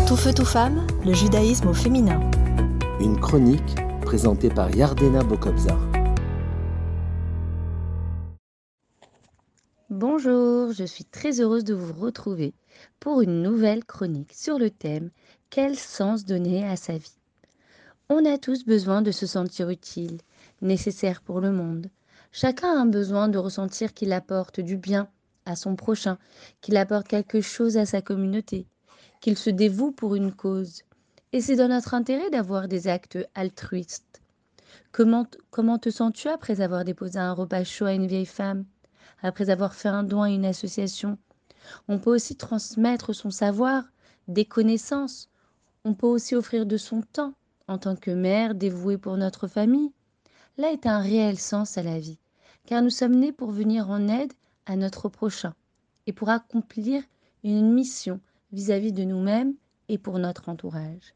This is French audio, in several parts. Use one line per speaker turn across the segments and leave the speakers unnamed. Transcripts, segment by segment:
Tout feu, tout femme, le judaïsme au féminin.
Une chronique présentée par Yardena Bokobzar.
Bonjour, je suis très heureuse de vous retrouver pour une nouvelle chronique sur le thème « Quel sens donner à sa vie ?» On a tous besoin de se sentir utile, nécessaire pour le monde. Chacun a un besoin de ressentir qu'il apporte du bien à son prochain, qu'il apporte quelque chose à sa communauté, qu'il se dévoue pour une cause. Et c'est dans notre intérêt d'avoir des actes altruistes. Comment te sens-tu après avoir déposé un repas chaud à une vieille femme ? Après avoir fait un don à une association? On peut aussi transmettre son savoir, des connaissances. On peut aussi offrir de son temps en tant que mère dévouée pour notre famille. Là est un réel sens à la vie, car nous sommes nés pour venir en aide à notre prochain et pour accomplir une mission vis-à-vis de nous-mêmes et pour notre entourage.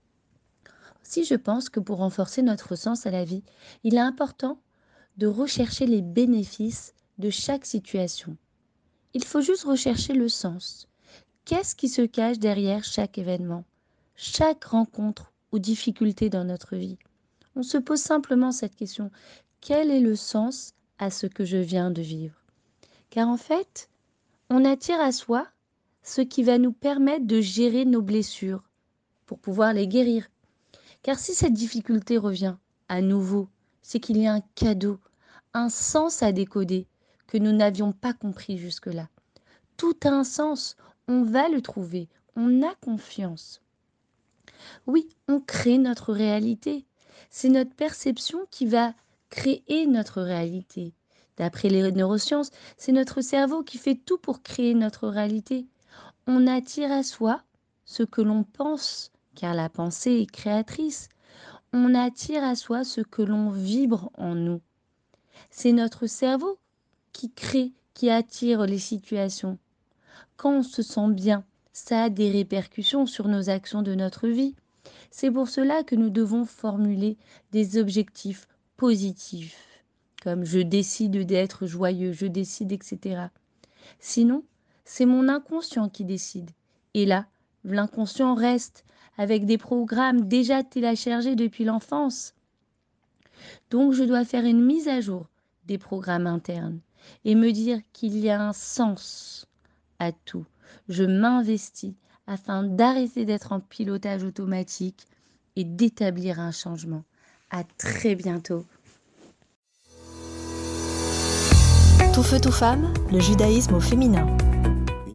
Si je pense que pour renforcer notre sens à la vie, il est important de rechercher les bénéfices de chaque situation. Il faut juste rechercher le sens. Qu'est-ce qui se cache derrière chaque événement, chaque rencontre ou difficulté dans notre vie? On se pose simplement cette question. Quel est le sens à ce que je viens de vivre? Car en fait, on attire à soi ce qui va nous permettre de gérer nos blessures pour pouvoir les guérir. Car si cette difficulté revient à nouveau, c'est qu'il y a un cadeau, un sens à décoder que nous n'avions pas compris jusque-là. Tout a un sens, on va le trouver, on a confiance. Oui, on crée notre réalité. C'est notre perception qui va créer notre réalité. D'après les neurosciences, c'est notre cerveau qui fait tout pour créer notre réalité. On attire à soi ce que l'on pense, car la pensée est créatrice. On attire à soi ce que l'on vibre en nous. C'est notre cerveau qui crée, qui attire les situations. Quand on se sent bien, ça a des répercussions sur nos actions de notre vie. C'est pour cela que nous devons formuler des objectifs positifs, comme je décide d'être joyeux, je décide, etc. Sinon, c'est mon inconscient qui décide. Et là, l'inconscient reste avec des programmes déjà téléchargés depuis l'enfance. Donc, je dois faire une mise à jour des programmes internes et me dire qu'il y a un sens à tout. Je m'investis afin d'arrêter d'être en pilotage automatique et d'établir un changement. À très bientôt.
Tout feu, tout femme, le judaïsme au féminin.